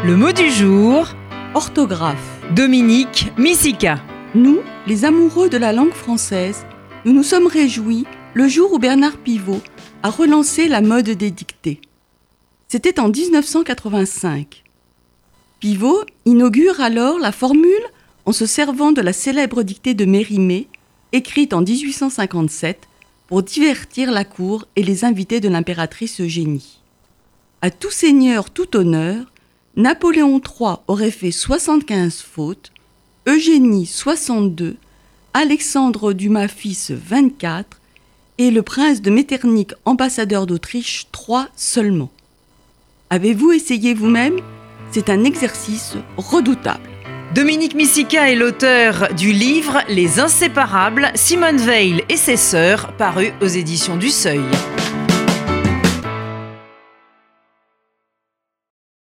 Le mot du jour, Orthographe. Dominique Misica. Nous, les amoureux de la langue française, nous nous sommes réjouis le jour où Bernard Pivot a relancé la mode des dictées. C'était en 1985. Pivot inaugure alors la formule en se servant de la célèbre dictée de Mérimée, écrite en 1857 pour divertir la cour et les invités de l'impératrice Eugénie. À tout seigneur, tout honneur, Napoléon III aurait fait 75 fautes, Eugénie 62, Alexandre Dumas fils 24 et le prince de Metternich, ambassadeur d'Autriche, 3 seulement. Avez-vous essayé vous-même ? C'est un exercice redoutable. Dominique Misica est l'auteur du livre Les Inséparables, Simone Veil et ses sœurs, paru aux éditions du Seuil.